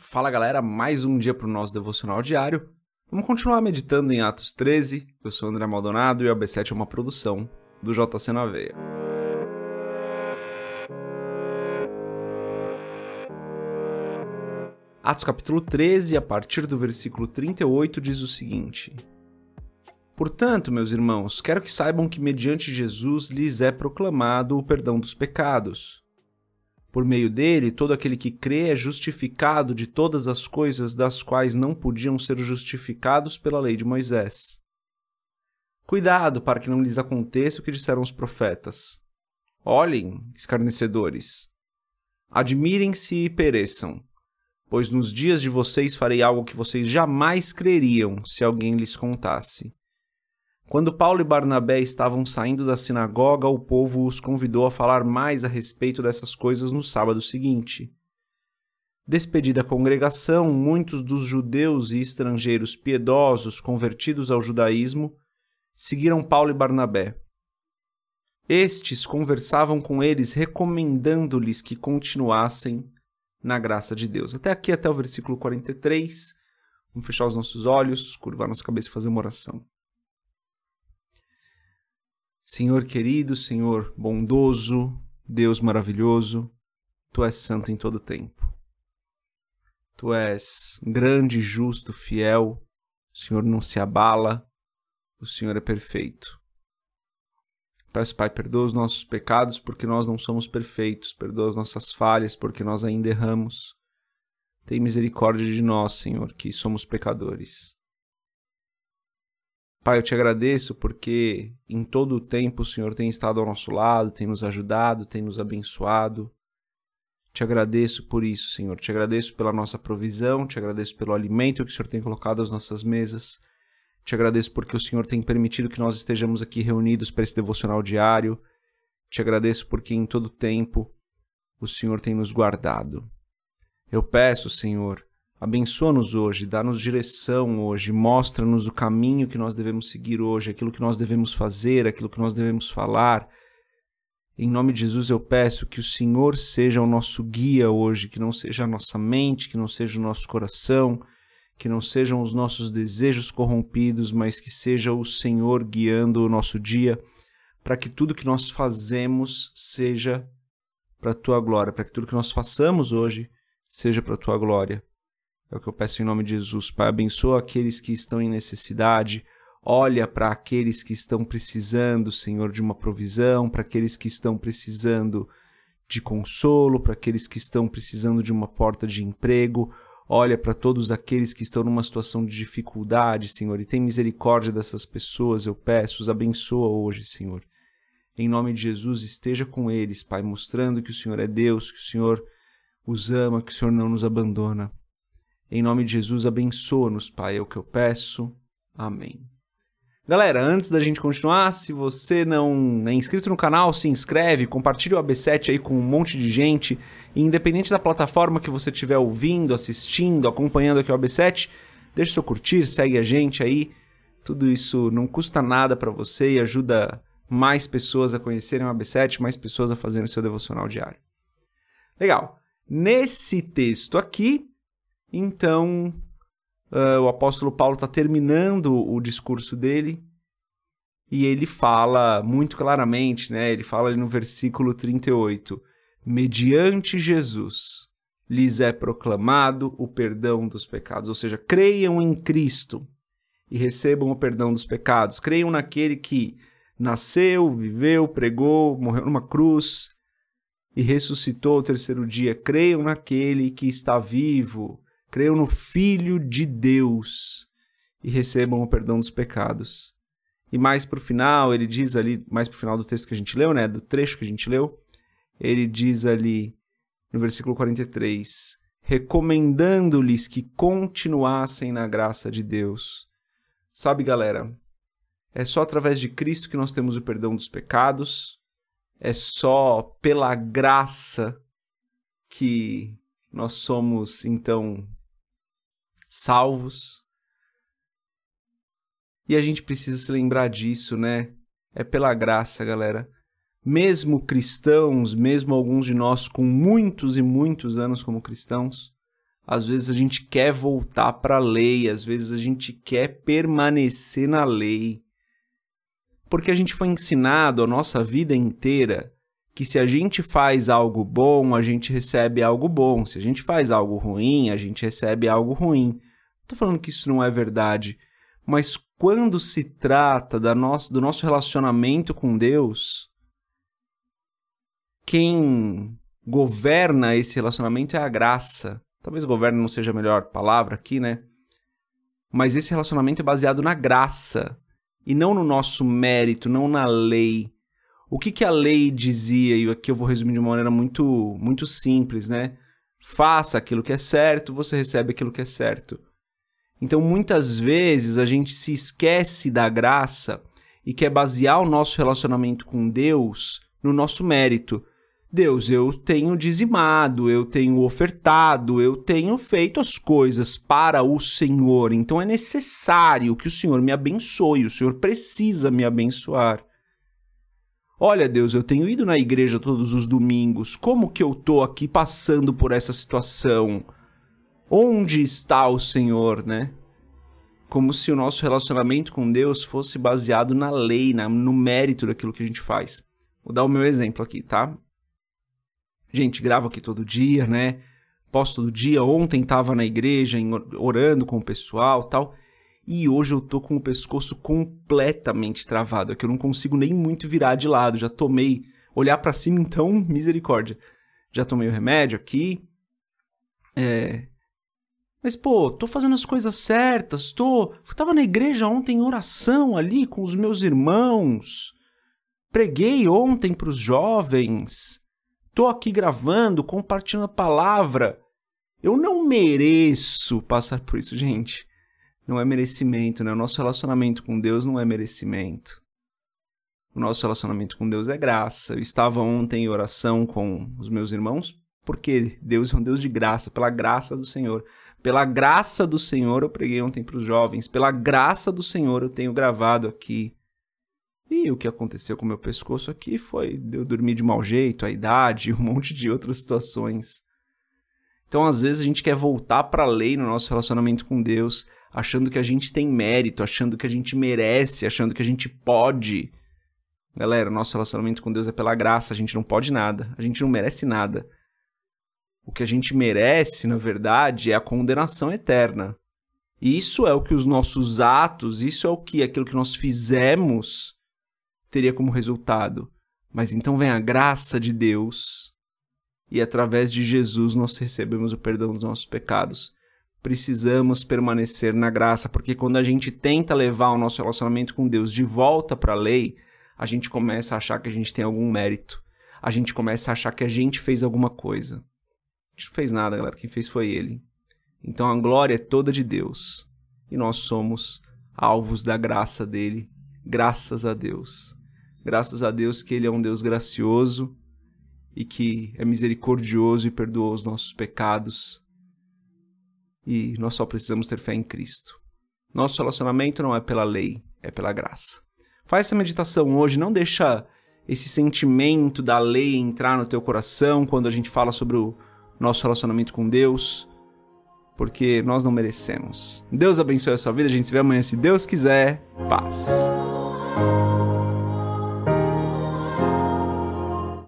Fala galera, mais um dia para o nosso devocional diário. Vamos continuar meditando em Atos 13. Eu sou André Maldonado e o AB7 é uma produção do JC na Veia. Atos capítulo 13, a partir do versículo 38, diz o seguinte: Portanto, meus irmãos, quero que saibam que mediante Jesus lhes é proclamado o perdão dos pecados. Por meio dele, todo aquele que crê é justificado de todas as coisas das quais não podiam ser justificados pela lei de Moisés. Cuidado para que não lhes aconteça o que disseram os profetas. Olhem, escarnecedores. Admirem-se e pereçam, pois nos dias de vocês farei algo que vocês jamais creriam se alguém lhes contasse. Quando Paulo e Barnabé estavam saindo da sinagoga, o povo os convidou a falar mais a respeito dessas coisas no sábado seguinte. Despedida a congregação, muitos dos judeus e estrangeiros piedosos convertidos ao judaísmo seguiram Paulo e Barnabé. Estes conversavam com eles, recomendando-lhes que continuassem na graça de Deus. Até aqui, até o versículo 43. Vamos fechar os nossos olhos, curvar nossa cabeça e fazer uma oração. Senhor querido, Senhor bondoso, Deus maravilhoso, Tu és santo em todo o tempo. Tu és grande, justo, fiel, o Senhor não se abala, o Senhor é perfeito. Peço, Pai, perdoa os nossos pecados porque nós não somos perfeitos, perdoa as nossas falhas porque nós ainda erramos. Tem misericórdia de nós, Senhor, que somos pecadores. Pai, eu te agradeço porque em todo o tempo o Senhor tem estado ao nosso lado, tem nos ajudado, tem nos abençoado. Te agradeço por isso, Senhor. Te agradeço pela nossa provisão, te agradeço pelo alimento que o Senhor tem colocado às nossas mesas. Te agradeço porque o Senhor tem permitido que nós estejamos aqui reunidos para esse devocional diário. Te agradeço porque em todo o tempo o Senhor tem nos guardado. Eu peço, Senhor, abençoa-nos hoje, dá-nos direção hoje, mostra-nos o caminho que nós devemos seguir hoje, aquilo que nós devemos fazer, aquilo que nós devemos falar. Em nome de Jesus eu peço que o Senhor seja o nosso guia hoje, que não seja a nossa mente, que não seja o nosso coração, que não sejam os nossos desejos corrompidos, mas que seja o Senhor guiando o nosso dia, para que tudo que nós fazemos seja para a Tua glória, para que tudo que nós façamos hoje seja para a Tua glória. É o que eu peço em nome de Jesus. Pai, abençoa aqueles que estão em necessidade. Olha para aqueles que estão precisando, Senhor, de uma provisão, para aqueles que estão precisando de consolo, para aqueles que estão precisando de uma porta de emprego. Olha para todos aqueles que estão numa situação de dificuldade, Senhor, e tem misericórdia dessas pessoas, eu peço, os abençoa hoje, Senhor. Em nome de Jesus, esteja com eles, Pai, mostrando que o Senhor é Deus, que o Senhor os ama, que o Senhor não nos abandona. Em nome de Jesus, abençoa-nos, Pai, é o que eu peço. Amém. Galera, antes da gente continuar, se você não é inscrito no canal, se inscreve, compartilha o AB7 aí com um monte de gente. E independente da plataforma que você estiver ouvindo, assistindo, acompanhando aqui o AB7, deixa o seu curtir, segue a gente aí. Tudo isso não custa nada para você e ajuda mais pessoas a conhecerem o AB7, mais pessoas a fazerem o seu devocional diário. Legal. Nesse texto aqui, então, o apóstolo Paulo está terminando o discurso dele e ele fala muito claramente, né? Ele fala ali no versículo 38, mediante Jesus lhes é proclamado o perdão dos pecados, ou seja, creiam em Cristo e recebam o perdão dos pecados, creiam naquele que nasceu, viveu, pregou, morreu numa cruz e ressuscitou ao terceiro dia, creiam naquele que está vivo, creiam no Filho de Deus e recebam o perdão dos pecados. E mais para o final, ele diz ali, mais para o final do texto que a gente leu, né, do trecho que a gente leu, ele diz ali no versículo 43, recomendando-lhes que continuassem na graça de Deus. Sabe, galera, é só através de Cristo que nós temos o perdão dos pecados, é só pela graça que nós somos, então, salvos. E a gente precisa se lembrar disso, né? É pela graça, galera. Mesmo cristãos, mesmo alguns de nós com muitos e muitos anos como cristãos, Às vezes a gente quer voltar para a lei, às vezes a gente quer permanecer na lei. Porque a gente foi ensinado a nossa vida inteira que se a gente faz algo bom, a gente recebe algo bom. Se a gente faz algo ruim, a gente recebe algo ruim. Não estou falando que isso não é verdade, mas quando se trata do nosso relacionamento com Deus, quem governa esse relacionamento é a graça. Talvez governo não seja a melhor palavra aqui, né? Mas esse relacionamento é baseado na graça e não no nosso mérito, não na lei. O que a lei dizia, e aqui eu vou resumir de uma maneira muito simples, né? Faça aquilo que é certo, você recebe aquilo que é certo. Então, muitas vezes, a gente se esquece da graça e quer basear o nosso relacionamento com Deus no nosso mérito. Deus, eu tenho dizimado, eu tenho ofertado, eu tenho feito as coisas para o Senhor. Então, é necessário que o Senhor me abençoe, o Senhor precisa me abençoar. Olha, Deus, eu tenho ido na igreja todos os domingos. Como que eu estou aqui passando por essa situação? Onde está o Senhor, né? Como se o nosso relacionamento com Deus fosse baseado na lei, no mérito daquilo que a gente faz. Vou dar o meu exemplo aqui, tá? Gente, gravo aqui todo dia, né? Posto todo dia. Ontem estava na igreja, orando com o pessoal e tal. E hoje eu tô com o pescoço completamente travado. É que eu não consigo nem muito virar de lado. Já tomei... Olhar pra cima, então, misericórdia. Já tomei o remédio aqui. Mas, pô, tô fazendo as coisas certas. Tava na igreja ontem em oração ali com os meus irmãos. Preguei ontem pros jovens. Tô aqui gravando, compartilhando a palavra. Eu não mereço passar por isso, gente. Não é merecimento, né? O nosso relacionamento com Deus não é merecimento. O nosso relacionamento com Deus é graça. Eu estava ontem em oração com os meus irmãos, porque Deus é um Deus de graça, pela graça do Senhor. Pela graça do Senhor eu preguei ontem para os jovens. Pela graça do Senhor eu tenho gravado aqui. E o que aconteceu com o meu pescoço aqui foi eu dormir de mau jeito, a idade, um monte de outras situações. Então, às vezes, a gente quer voltar para a lei no nosso relacionamento com Deus, achando que a gente tem mérito, achando que a gente merece, achando que a gente pode. Galera, o nosso relacionamento com Deus é pela graça, a gente não pode nada, a gente não merece nada. O que a gente merece, na verdade, é a condenação eterna. E isso é o que os nossos atos, isso é aquilo que nós fizemos teria como resultado. Mas então vem a graça de Deus e através de Jesus nós recebemos o perdão dos nossos pecados. Precisamos permanecer na graça, porque quando a gente tenta levar o nosso relacionamento com Deus de volta para a lei, a gente começa a achar que a gente tem algum mérito. A gente começa a achar que a gente fez alguma coisa. A gente não fez nada, galera. Quem fez foi Ele. Então a glória é toda de Deus. E nós somos alvos da graça dEle. Graças a Deus. Graças a Deus que Ele é um Deus gracioso e que é misericordioso e perdoa os nossos pecados. E nós só precisamos ter fé em Cristo. Nosso relacionamento não é pela lei, é pela graça. Faz essa meditação hoje, não deixa esse sentimento da lei entrar no teu coração quando a gente fala sobre o nosso relacionamento com Deus, porque nós não merecemos. Deus abençoe a sua vida, a gente se vê amanhã se Deus quiser. Paz.